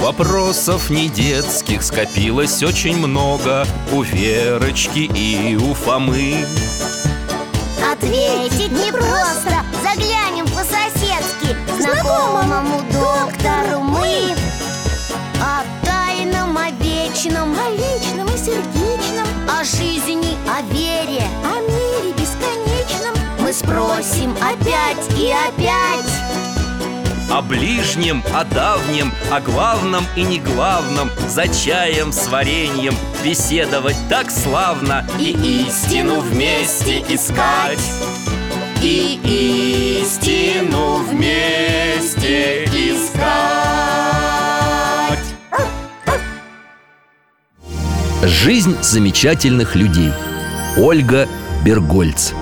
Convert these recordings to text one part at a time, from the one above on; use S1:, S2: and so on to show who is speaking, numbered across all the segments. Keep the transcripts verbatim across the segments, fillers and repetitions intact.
S1: Вопросов не детских скопилось очень много у Верочки и у Фомы.
S2: Ответить непросто, заглянем по-соседски знакомому доктору мы. О тайном, о вечном,
S3: о личном и сердечном,
S2: о жизни, о вере,
S3: о мире бесконечном
S2: мы спросим опять и опять.
S1: О ближнем, о давнем, о главном и не главном, за чаем с вареньем беседовать так славно.
S2: И истину вместе искать,
S1: и истину вместе искать. Жизнь замечательных людей. Ольга Бергольц.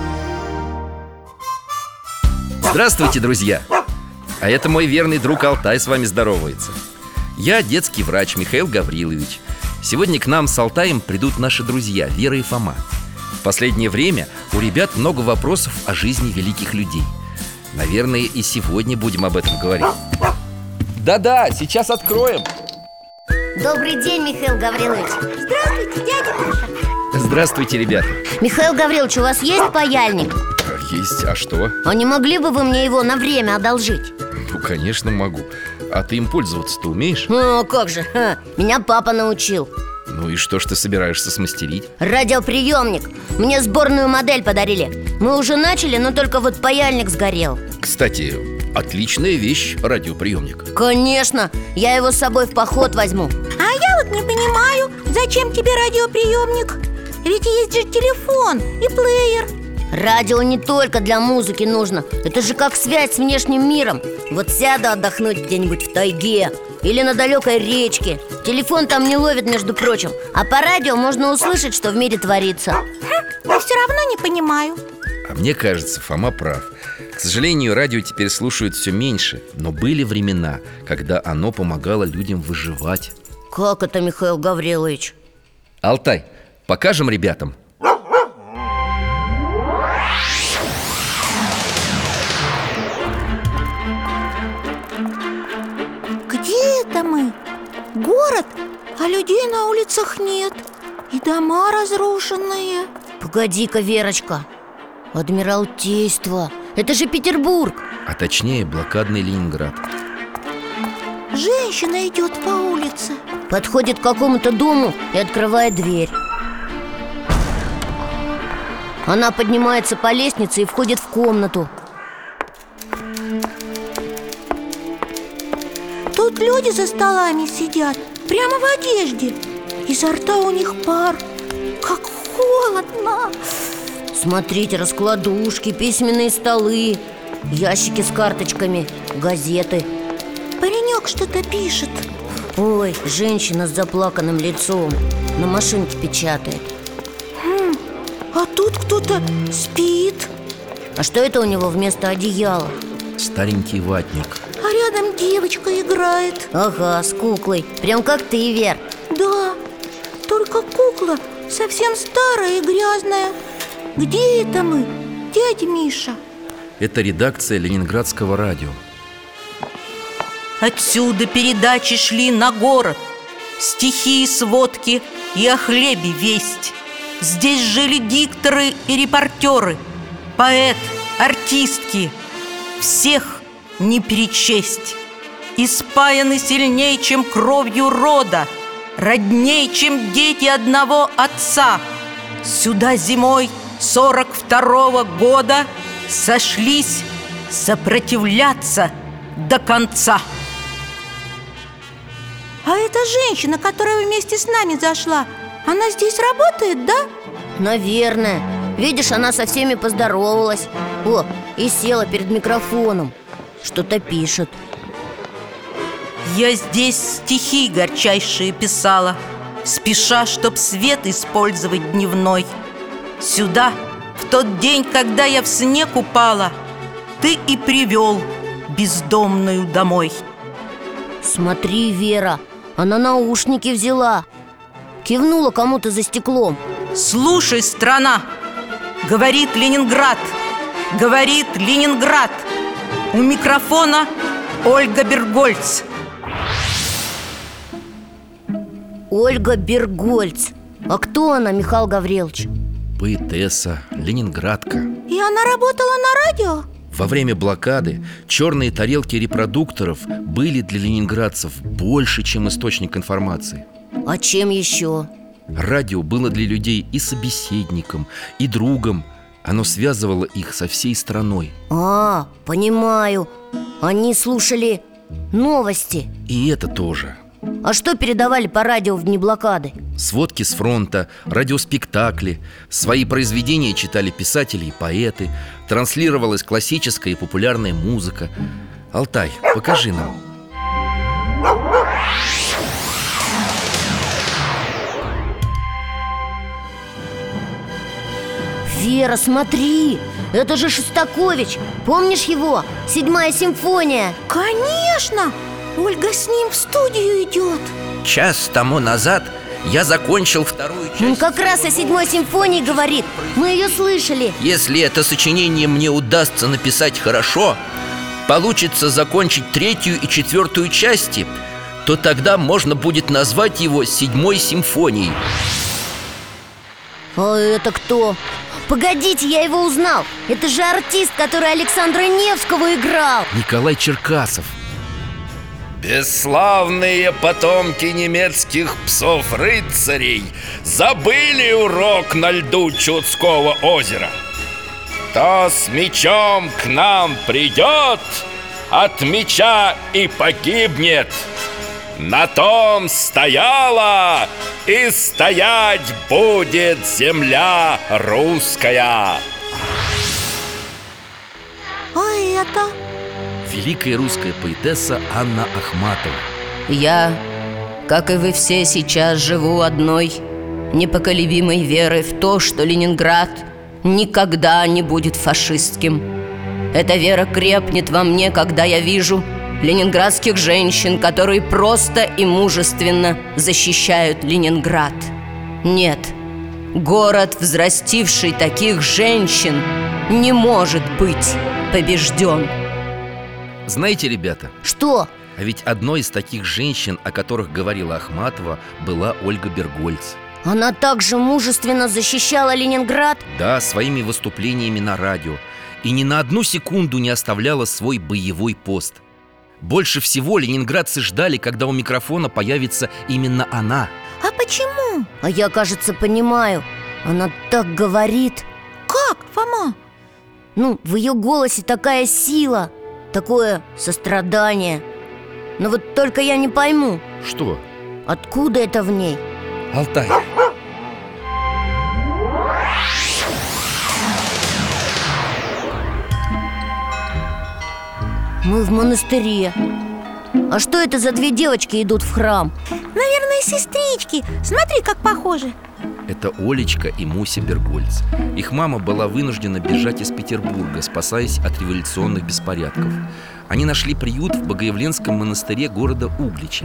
S1: Здравствуйте, друзья! А это мой верный друг Алтай с вами здоровается. Я детский врач Михаил Гаврилович. Сегодня к нам с Алтаем придут наши друзья Вера и Фома. В последнее время у ребят много вопросов о жизни великих людей. Наверное, и сегодня будем об этом говорить. Да-да, сейчас откроем.
S2: Добрый день, Михаил Гаврилович.
S3: Здравствуйте, дядя Миша.
S1: Здравствуйте, ребята.
S2: Михаил Гаврилович, у вас есть паяльник?
S1: Есть, а что?
S2: А не могли бы вы мне его на время одолжить?
S1: Ну, конечно, могу. А ты им пользоваться-то умеешь?
S2: Ну, как же, ха, меня папа научил.
S1: Ну и что ж ты собираешься смастерить?
S2: Радиоприемник. Мне сборную модель подарили. Мы уже начали, но только вот паяльник сгорел.
S1: Кстати, отличная вещь, радиоприемник.
S2: Конечно, я его с собой в поход возьму.
S3: А я вот не понимаю, зачем тебе радиоприемник? Ведь есть же телефон и плеер.
S2: Радио не только для музыки нужно. Это же как связь с внешним миром. Вот сяду отдохнуть где-нибудь в тайге или на далекой речке. Телефон там не ловит, между прочим. А по радио можно услышать, что в мире творится.
S3: Хм, но все равно не понимаю.
S1: А мне кажется, Фома прав. К сожалению, радио теперь слушают все меньше. Но были времена, когда оно помогало людям выживать.
S2: Как это, Михаил Гаврилович?
S1: Алтай, покажем ребятам.
S3: Где это мы? Город, а людей на улицах нет. И дома разрушенные.
S2: Погоди-ка, Верочка. Адмиралтейство. Это же Петербург.
S1: А точнее, блокадный Ленинград.
S3: Женщина идет по улице.
S2: Подходит к какому-то дому и открывает дверь. Она поднимается по лестнице и входит в комнату.
S3: Тут люди за столами сидят, прямо в одежде. Изо рта у них пар. Как холодно.
S2: Смотрите, раскладушки, письменные столы, ящики с карточками, газеты.
S3: Паренек что-то пишет.
S2: Ой, женщина с заплаканным лицом на машинке печатает.
S3: Хм, а тут кто-то спит.
S2: А что это у него вместо одеяла?
S1: Старенький ватник.
S3: А рядом девочка играет.
S2: Ага, с куклой, прям как ты, Вер.
S3: Да, только кукла совсем старая и грязная. Где это мы, дядя Миша?
S1: Это редакция Ленинградского радио.
S4: Отсюда передачи шли на город, стихи и сводки и о хлебе весть. Здесь жили дикторы и репортеры, поэт, артистки. Всех не перечесть. Испаяны сильней, чем кровью рода, родней, чем дети одного отца. Сюда зимой сорок второго года сошлись сопротивляться до конца.
S3: А эта женщина, которая вместе с нами зашла, она здесь работает, да?
S2: Наверное. Видишь, она со всеми поздоровалась. О, и села перед микрофоном. Что-то пишет.
S4: Я здесь стихи горчайшие писала, спеша, чтоб свет использовать дневной. Сюда, в тот день, когда я в снег упала, ты и привел бездомную домой.
S2: Смотри, Вера, она наушники взяла. Кивнула кому-то за стеклом.
S4: Слушай, страна, говорит Ленинград, говорит Ленинград. У микрофона Ольга Бергольц.
S2: Ольга Бергольц. А кто она, Михаил Гаврилович?
S1: Поэтесса, ленинградка.
S3: И она работала на радио?
S1: Во время блокады черные тарелки репродукторов были для ленинградцев больше, чем источник информации.
S2: А чем еще?
S1: Радио было для людей и собеседником, и другом. Оно связывало их со всей страной.
S2: А, понимаю. Они слушали новости.
S1: И это тоже.
S2: А что передавали по радио в дни блокады?
S1: Сводки с фронта, радиоспектакли. Свои произведения читали писатели и поэты. Транслировалась классическая и популярная музыка. Алтай, покажи нам.
S2: Вера, смотри, это же Шостакович. Помнишь его? Седьмая симфония.
S3: Конечно! Ольга с ним в студию идет.
S1: Час тому назад я закончил вторую часть.
S2: Он как раз о седьмой симфонии говорит. Мы ее слышали.
S1: Если это сочинение мне удастся написать хорошо, получится закончить третью и четвертую части, то тогда можно будет назвать его седьмой симфонией.
S2: А это кто? Погодите, я его узнал. Это же артист, который Александра Невского играл.
S1: Николай Черкасов.
S5: Бесславные потомки немецких псов-рыцарей забыли урок на льду Чудского озера. Кто с мечом к нам придет, от меча и погибнет. На том стояла и стоять будет земля русская.
S3: А это?
S1: Великая русская поэтесса Анна Ахматова.
S4: Я, как и вы все, сейчас живу одной непоколебимой верой в то, что Ленинград никогда не будет фашистским. Эта вера крепнет во мне, когда я вижу ленинградских женщин, которые просто и мужественно защищают Ленинград. Нет, город, взрастивший таких женщин, не может быть побежден.
S1: Знаете, ребята,
S2: Что?
S1: а ведь одной из таких женщин, о которых говорила Ахматова, была Ольга Бергольц.
S2: Она также мужественно защищала Ленинград?
S1: Да, своими выступлениями на радио. И ни на одну секунду не оставляла свой боевой пост. Больше всего ленинградцы ждали, когда у микрофона появится именно она.
S3: А почему?
S2: А я, кажется, понимаю. Она так говорит.
S3: Как, Фома?
S2: Ну, в ее голосе такая сила, такое сострадание. Но вот только я не пойму,
S1: Что?
S2: откуда это в ней?
S1: Алтай.
S2: Мы в монастыре. А что это за две девочки идут в храм?
S3: Наверное, сестрички. Смотри, как похожи.
S1: Это Олечка и Муся Бергольц. Их мама была вынуждена бежать из Петербурга, спасаясь от революционных беспорядков. Они нашли приют в Богоявленском монастыре города Углича.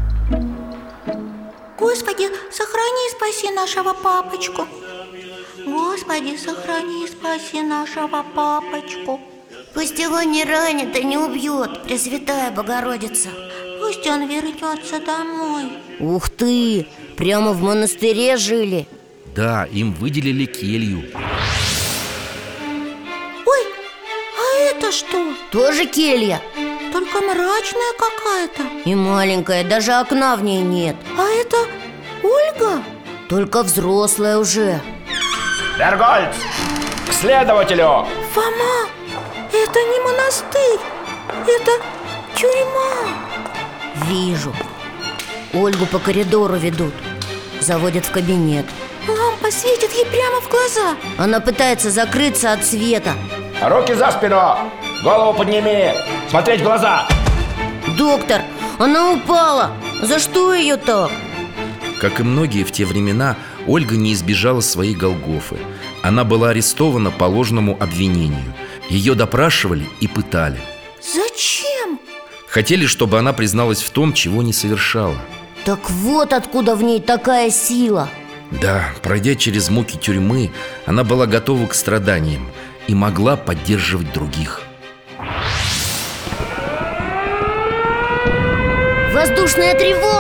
S3: Господи, сохрани и спаси нашего папочку. Господи, сохрани и спаси нашего папочку.
S2: Пусть его не ранит и не убьет, Пресвятая Богородица.
S3: Пусть он вернется домой.
S2: Ух ты, прямо в монастыре жили.
S1: Да, им выделили келью.
S3: Ой, а это что?
S2: Тоже келья.
S3: Только мрачная какая-то.
S2: И маленькая, даже окна в ней нет.
S3: А это Ольга?
S2: Только взрослая уже.
S5: Бергольц, к следователю!
S3: Фома, это не монастырь, это тюрьма.
S2: Вижу. Ольгу по коридору ведут. Заводят в кабинет.
S3: Лампа светит ей прямо в глаза.
S2: Она пытается закрыться от света.
S5: Руки за спину! Голову подними! Смотреть в глаза!
S2: Доктор, она упала. За что ее так?
S1: Как и многие в те времена, Ольга не избежала своей Голгофы. Она была арестована по ложному обвинению. Ее допрашивали и пытали.
S3: Зачем?
S1: Хотели, чтобы она призналась в том, чего не совершала.
S2: Так вот откуда в ней такая сила.
S1: Да, пройдя через муки тюрьмы, она была готова к страданиям и могла поддерживать других.
S2: Воздушная тревога!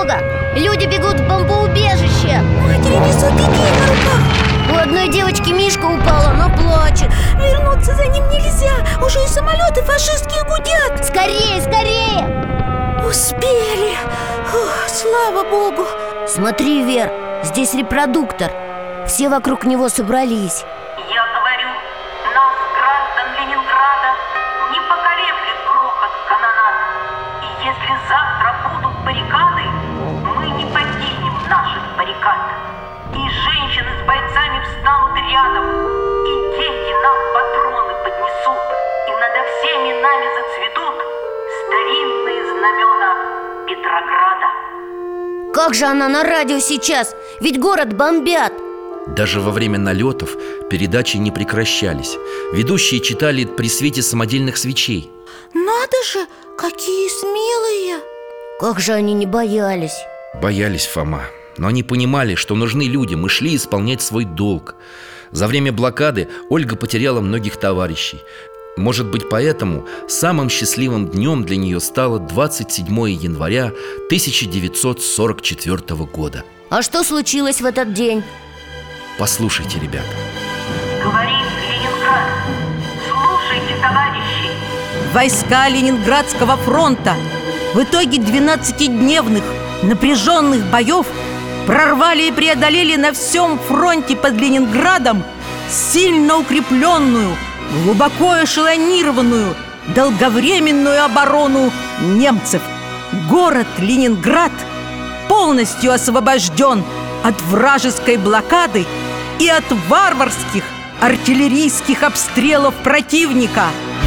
S2: Люди бегут в бомбоубежище.
S3: Матери несут детей на руках.
S2: У одной девочки Мишка упала, но плачет.
S3: Вернуться за ним нельзя. Уже и самолеты фашистские гудят.
S2: Скорее, скорее!
S3: Успели. Фух, слава богу.
S2: Смотри, Вер, здесь репродуктор. Все вокруг него собрались.
S6: Я говорю, нас, граждан Ленинграда, не поколеблет грохот канонад. И если завтра будут баррикады, мы не покинем наших баррикад. И женщины с бойцами встанут рядом, и дети нам патроны поднесут, и надо всеми нами зацветут старинные знамена Петрограда.
S2: Как же она на радио сейчас? Ведь город бомбят.
S1: Даже во время налетов передачи не прекращались. Ведущие читали при свете самодельных свечей.
S3: Надо же, какие смелые.
S2: Как же они не боялись.
S1: Боялись, Фома, но они понимали, что нужны людям, и шли исполнять свой долг. За время блокады Ольга потеряла многих товарищей. Может быть, поэтому самым счастливым днем для нее стало двадцать седьмое января тысяча девятьсот сорок четвёртого года.
S2: А что случилось в этот день?
S1: Послушайте, ребята.
S6: Говорит Ленинград, слушайте, товарищи.
S4: Войска Ленинградского фронта в итоге двенадцатидневных напряженных боев прорвали и преодолели на всем фронте под Ленинградом сильно укрепленную, глубоко эшелонированную, долговременную оборону немцев. Город Ленинград полностью освобожден от вражеской блокады и от варварских артиллерийских обстрелов противника.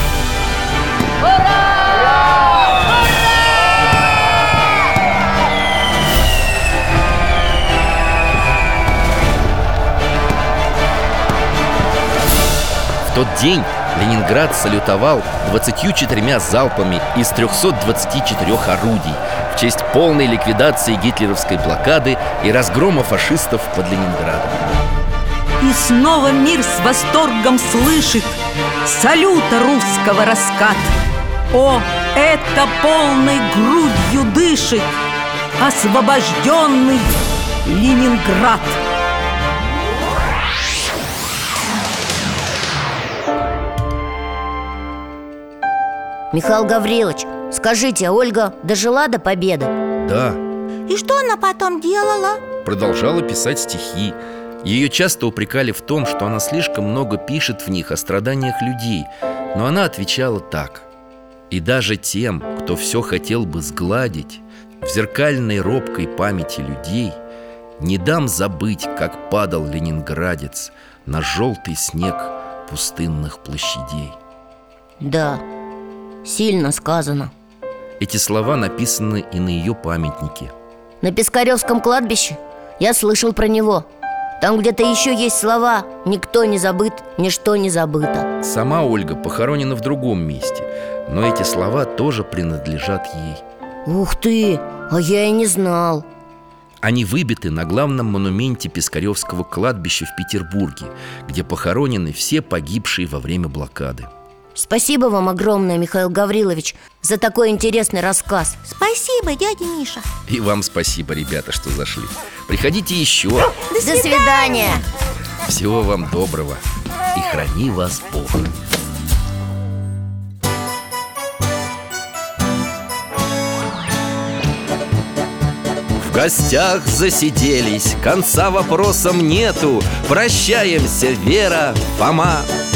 S1: В тот день Ленинград салютовал двадцатью четырьмя залпами из трёхсот двадцати четырёх орудий в честь полной ликвидации гитлеровской блокады и разгрома фашистов под Ленинградом.
S4: И снова мир с восторгом слышит салюта русского раскат. О, это полной грудью дышит освобожденный Ленинград.
S2: Михаил Гаврилович, скажите, а Ольга дожила до победы?
S1: Да,
S3: И что она потом делала?
S1: продолжала писать стихи. Ее часто упрекали в том, что она слишком много пишет в них о страданиях людей. Но она отвечала так: «И даже тем, кто все хотел бы сгладить, в зеркальной робкой памяти людей не дам забыть, как падал ленинградец на желтый снег пустынных площадей».
S2: Да, сильно сказано.
S1: Эти слова написаны и на ее памятнике.
S2: На Пискаревском кладбище я слышал про него. Там где-то еще есть слова: «Никто не забыт, ничто не забыто».
S1: Сама Ольга похоронена в другом месте, но эти слова тоже принадлежат ей.
S2: Ух ты, а я и не знал.
S1: Они выбиты на главном монументе Пискаревского кладбища в Петербурге, где похоронены все погибшие во время блокады.
S2: Спасибо вам огромное, Михаил Гаврилович, за такой интересный рассказ.
S3: Спасибо, дядя Миша.
S1: И вам спасибо, ребята, что зашли. Приходите еще.
S2: До свидания.
S1: Всего вам доброго. И храни вас Бог. В гостях засиделись, конца вопросам нету. Прощаемся, Вера, Фома.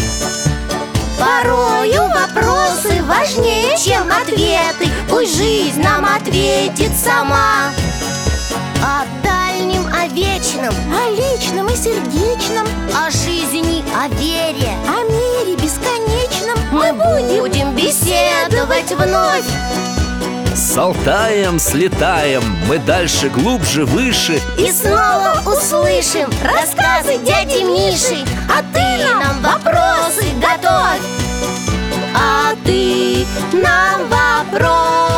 S2: Порою вопросы важнее, чем ответы. Пусть жизнь нам ответит сама. О дальнем, о вечном,
S3: О личном и сердечном,
S2: о жизни, о вере
S3: о мире бесконечном
S2: мы будем беседовать вновь.
S1: С Алтаем слетаем, мы дальше, глубже, выше.
S2: И снова услышим рассказы дяди Миши. А ты нам вопросы готовь. А ты нам вопросы